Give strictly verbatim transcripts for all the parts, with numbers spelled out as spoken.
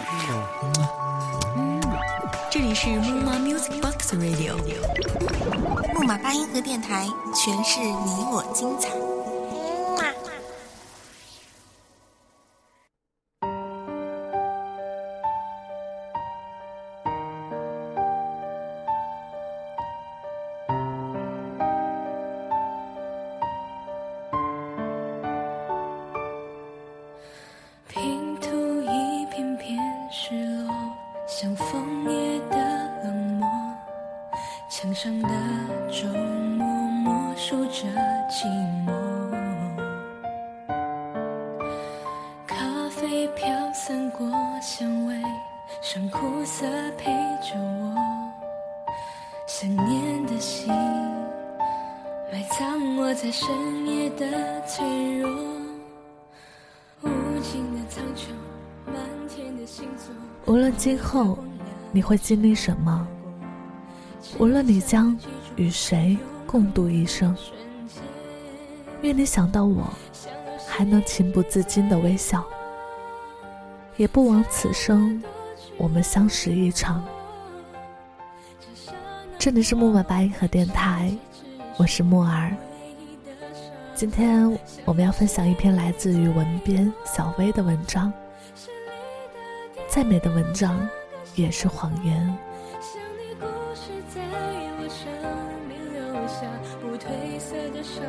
这里是木马 Music Box Radio， 木马八音盒电台，诠释你我精彩。 拼图一片片失落，像枫叶的冷漠，墙上的钟默默数着寂寞，咖啡飘散过香味，深苦涩陪着我，想念的心埋藏我在深夜的脆弱，无尽的苍穹，漫天的星座。 无论今后你会经历什么，无论你将与谁共度一生，愿你想到我还能情不自禁的微笑，也不枉此生我们相识一场。这里是木马八音盒电台，我是木儿。今天我们要分享一篇来自于文编小薇的文章，再美的文章也是谎言。 像你故事在我生命留下不褪色的伤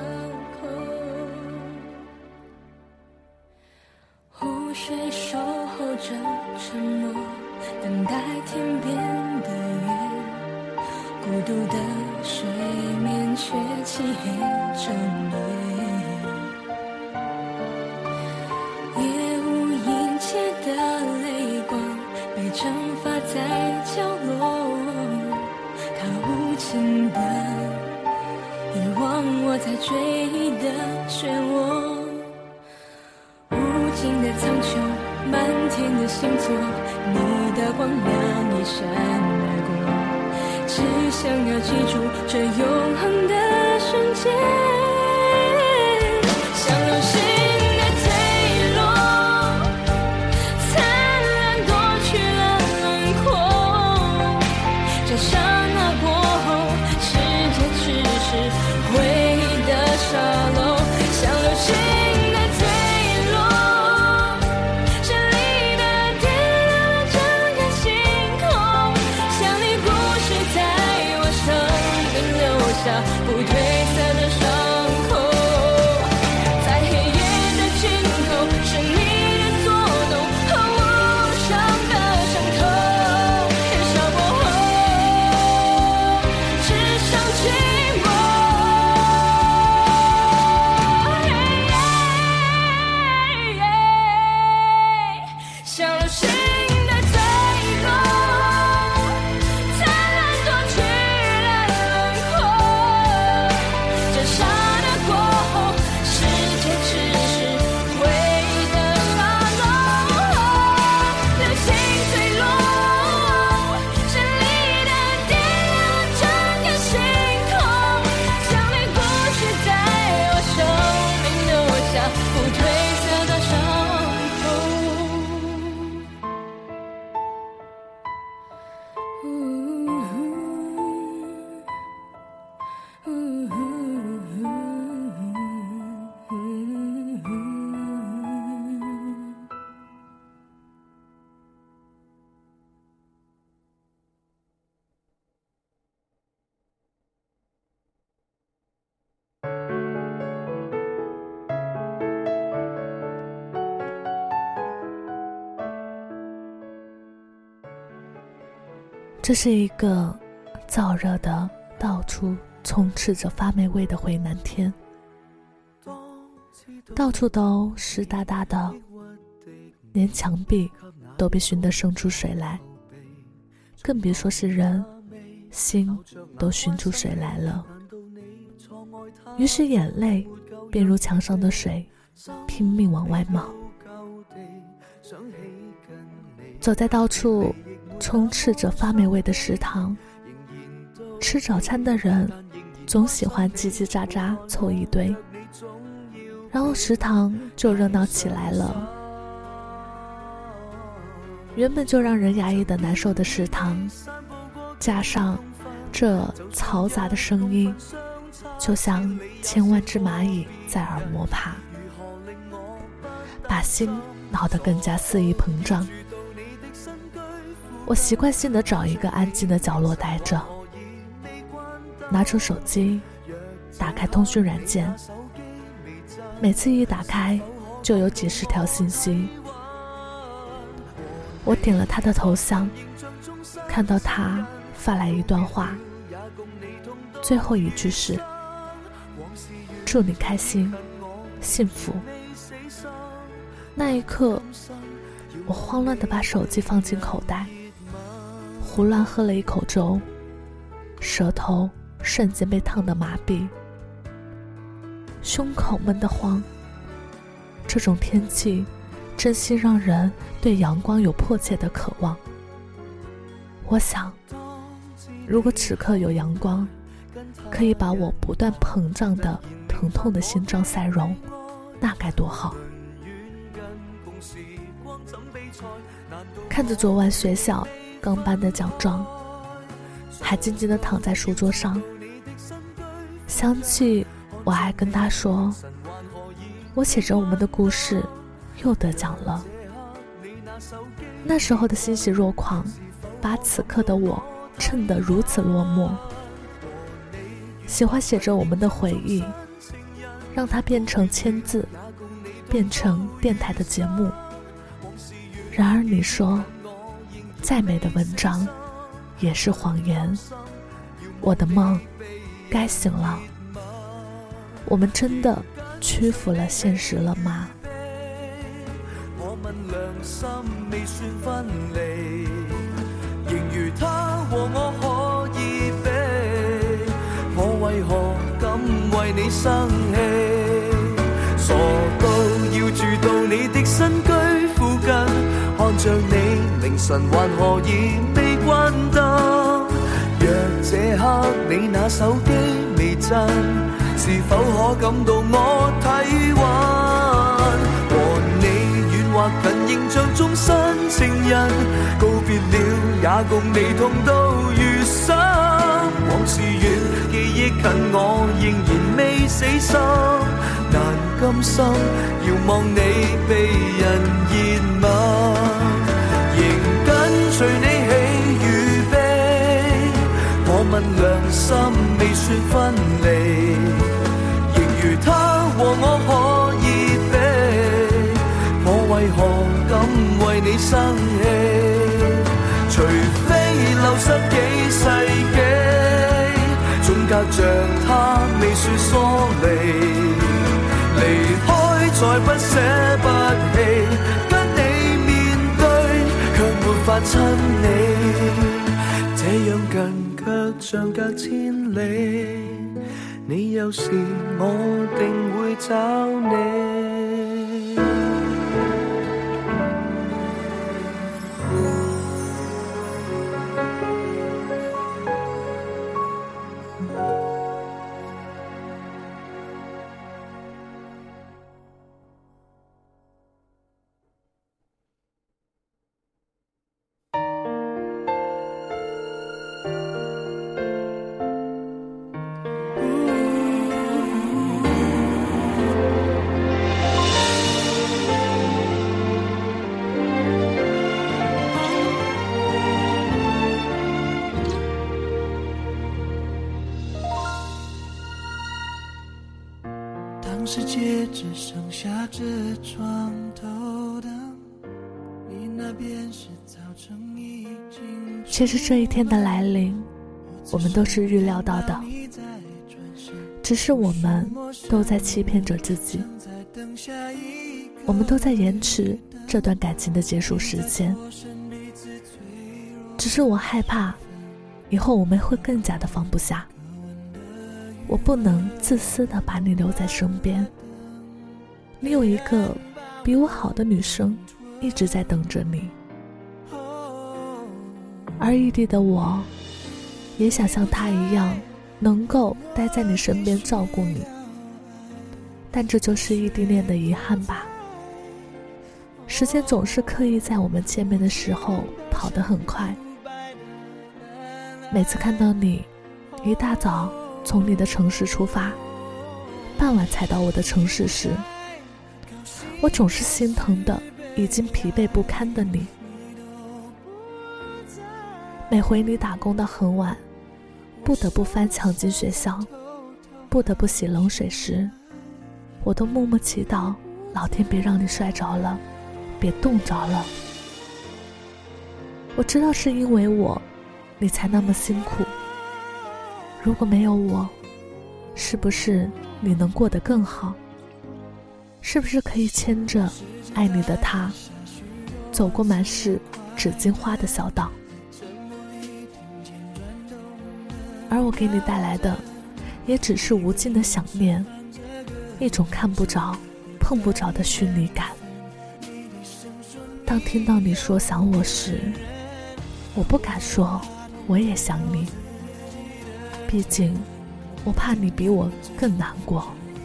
口，湖水守候着沉默，等待天边的月，孤独的水面却漆黑整夜，也无隐切的泪光被蒸发在角落，它无情的遗忘我在追忆的漩涡，无尽的苍穹，漫天的星座，你的光亮一闪而过，只想要记住这永恒的瞬间，像流星的坠落，灿烂夺去了轮廓，这刹那过后，世界只是回忆的沙漏，像流星的坠落，绚丽的点亮了整个星空，像你故事在我生命留下不褪色的伤口，在黑夜的尽头，是你的作弄和无声的伤痛，年少过后，只剩寂寞，像流星的坠落，灿烂夺去了轮廓，这刹那过后，世界只是回忆的沙漏，流星坠落，绚丽的点亮了整个星空，像你故事在我生命留下不褪色的伤口。 这是一个燥热的到处充斥着发霉味的回南天，到处都湿哒哒的，连墙壁都被熏得生出水来，更别说是人，心都熏出水来了。于是眼泪便如墙上的水，拼命往外冒。走在到处充斥着发霉味的食堂，吃早餐的人总喜欢叽叽喳喳凑一堆，然后食堂就热闹起来了。 原本就让人压抑的难受的食堂，加上这嘈杂的声音，就像千万只蚂蚁在耳膜爬，把心闹得更加肆意膨胀。我习惯性地找一个安静的角落待着，拿出手机，打开通讯软件，每次一打开就有几十条信息。我点了他的头像，看到他发来一段话，最后一句是祝你开心幸福。那一刻我慌乱地把手机放进口袋，胡乱喝了一口粥，舌头瞬间被烫得麻痹，胸口闷得慌。这种天气真心让人对阳光有迫切的渴望。我想，如果此刻有阳光，可以把我不断膨胀的疼痛的心脏晒融，那该多好。看着昨晚学校刚颁的奖状，还静静地躺在书桌上，想起我还跟他说，我写着我们的故事又得奖了。那时候的欣喜若狂，把此刻的我衬得如此落寞。喜欢写着我们的回忆，让它变成签字，变成电台的节目。然而你说，再美的文章也是谎言。我的梦该醒了，我们真的屈服了现实了吗？ 我問良心未算分離，仍如他和我可以比，我為何敢為你生氣？傻到要住到你的新居附近，看着你凌晨還何以未關燈？若這刻你那手機未震，是否可感到我體溫？和你遠或近形象中新情人，告別了也共你痛到餘生。往事遠，記憶近，我仍然未死心，難甘心遙望你被人熱吻，仍跟隨你喜與悲。我問良心未算分離，仍如他和我可以比，我為何敢為你生氣？除非流失幾世紀，總隔着他未算疏離，離開再不捨不棄，跟你面對卻沒法親你，這樣近卻像隔千里，你有時我定會找你。世界只剩下这床头灯，你那边是早晨已经。 其实这一天的来临，我们都是预料到的，只是我们都在欺骗着自己，我们都在延迟这段感情的结束时间。只是我害怕，以后我们会更加的放不下。我不能自私地把你留在身边，你有一个比我好的女生一直在等着你，而异地的我也想像她一样能够待在你身边照顾你，但这就是异地恋的遗憾吧。 时间总是刻意在我们见面的时候跑得很快。每次看到你一大早从你的城市出发，傍晚才到我的城市时，我总是心疼的已经疲惫不堪的你。每回你打工到很晚，不得不翻墙进学校，不得不洗冷水时，我都默默祈祷老天别让你摔着了，别冻着了。我知道是因为我你才那么辛苦，如果没有我，是不是你能过得更好？是不是可以牵着爱你的他走过满是纸巾花的小岛？而我给你带来的也只是无尽的想念，一种看不着碰不着的虚拟感。当听到你说想我时，我不敢说我也想你，毕竟我怕你比我更难过。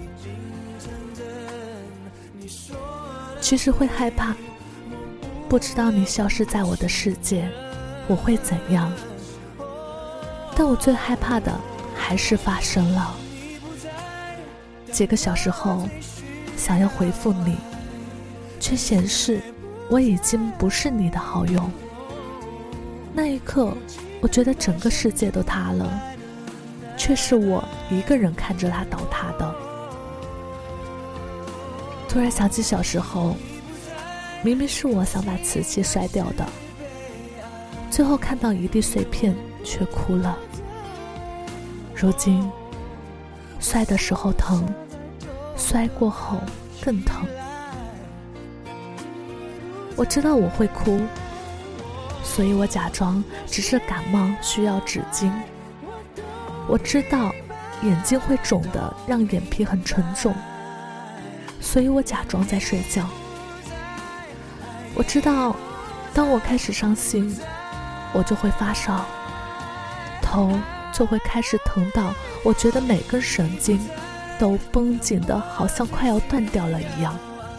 其实会害怕，不知道你消失在我的世界我会怎样，但我最害怕的还是发生了。几个小时后想要回复你，却显示我已经不是你的好友。那一刻我觉得整个世界都塌了，却是我一个人看着它倒塌的。突然想起小时候，明明是我想把瓷器摔掉的，最后看到一地碎片却哭了。如今摔的时候疼，摔过后更疼。我知道我会哭，所以我假装只是感冒需要纸巾。我知道眼睛会肿的让眼皮很沉重，所以我假装在睡觉。我知道当我开始伤心，我就会发烧，头就会开始疼到我觉得每根神经都绷紧的好像快要断掉了一样。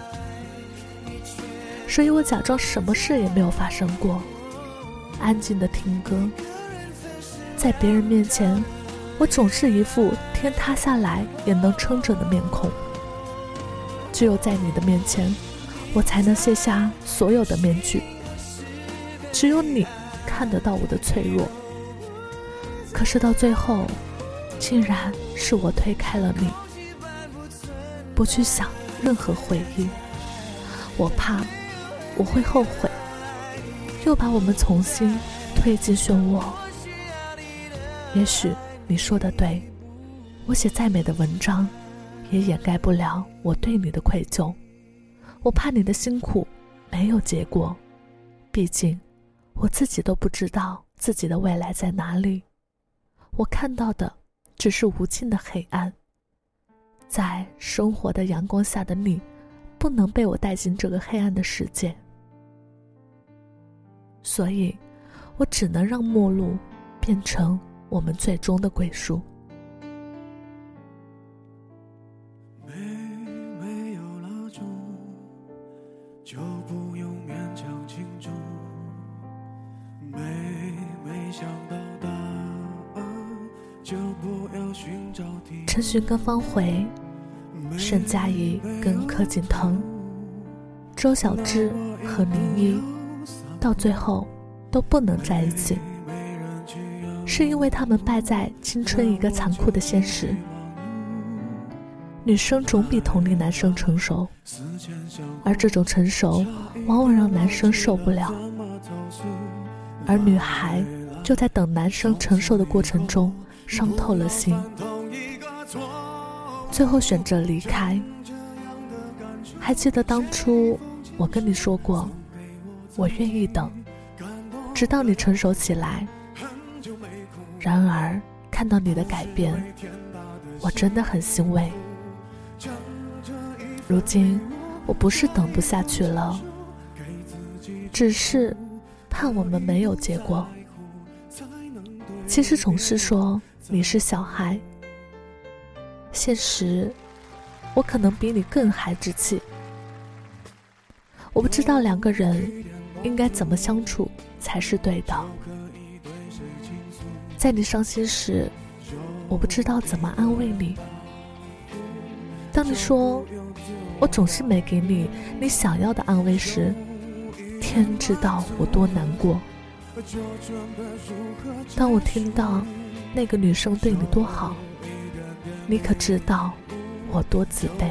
所以我假装什么事也没有发生过，安静的听歌。在别人面前，我总是一副天塌下来也能撑着的面孔，只有在你的面前，我才能卸下所有的面具。只有你看得到我的脆弱，可是到最后竟然是我推开了你，不去想任何回忆。我怕我会后悔，又把我们重新推进漩涡。也许你说的对，我写再美的文章也掩盖不了我对你的愧疚。我怕你的辛苦没有结果，毕竟我自己都不知道自己的未来在哪里。我看到的只是无尽的黑暗，在生活的阳光下的你不能被我带进这个黑暗的世界，所以我只能让末路变成我们最终的归宿。 没没有蜡烛，就不用勉强庆祝，没没想到答案，就不要寻找题目。 陈寻跟方茴，沈佳宜跟柯景腾，周小栀和林一，到最后都不能在一起，是因为他们败在青春一个残酷的现实。女生总比同龄男生成熟，而这种成熟往往让男生受不了，而女孩就在等男生成熟的过程中伤透了心，最后选择离开。还记得当初我跟你说过，我愿意等，直到你成熟起来。然而看到你的改变，我真的很欣慰。如今我不是等不下去了，只是怕我们没有结果。其实总是说你是小孩，现实我可能比你更孩子气。 我不知道两个人应该怎么相处才是对的。在你伤心时，我不知道怎么安慰你。当你说我总是没给你你想要的安慰时，天知道我多难过。当我听到那个女生对你多好，你可知道我多自卑。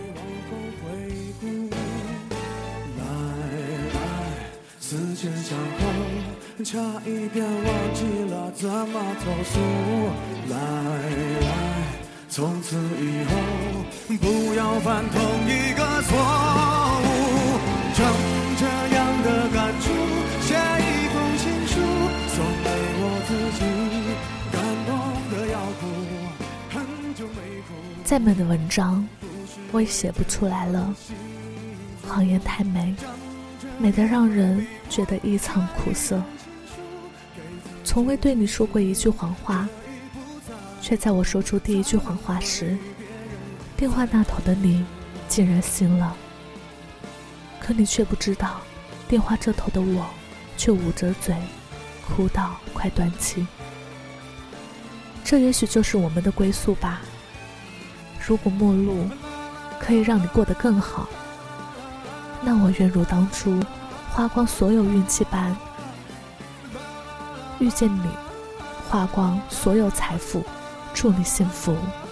思前想后，差一点忘记了怎么投诉。来来，从此以后不要犯同一个错误。将这样的感触写一封情书，送给我自己，感动的要哭，很久没哭。 再美的文章我也写不出来了，谎言太美，美得让人觉得一场苦涩。从未对你说过一句谎话，却在我说出第一句谎话时，电话那头的你竟然信了。可你却不知道，电话这头的我却捂着嘴，哭到快断气。这也许就是我们的归宿吧。如果陌路可以让你过得更好，那我愿如当初花光所有运气般遇见你，花光所有财富，祝你幸福。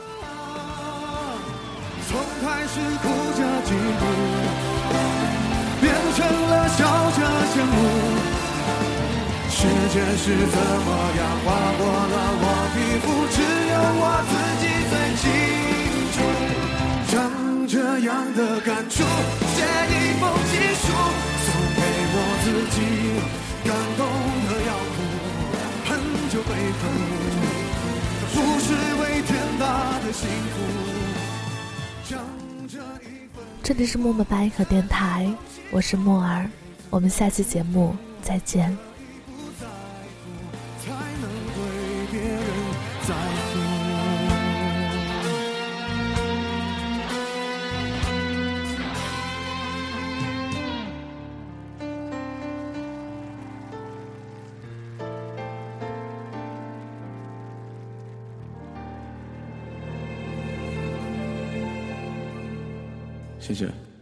从开始哭着嫉妒，变成了笑着羡慕。世界是怎么样划过了我皮肤，只有我自己最清楚。将这样的感触写一封情书，送给我自己，感动得要哭，很久没哭，不是为天大的幸福。将这一份这里是默默八音盒电台，我是默儿，我们下期节目再见。 才能对别人在乎。谢谢。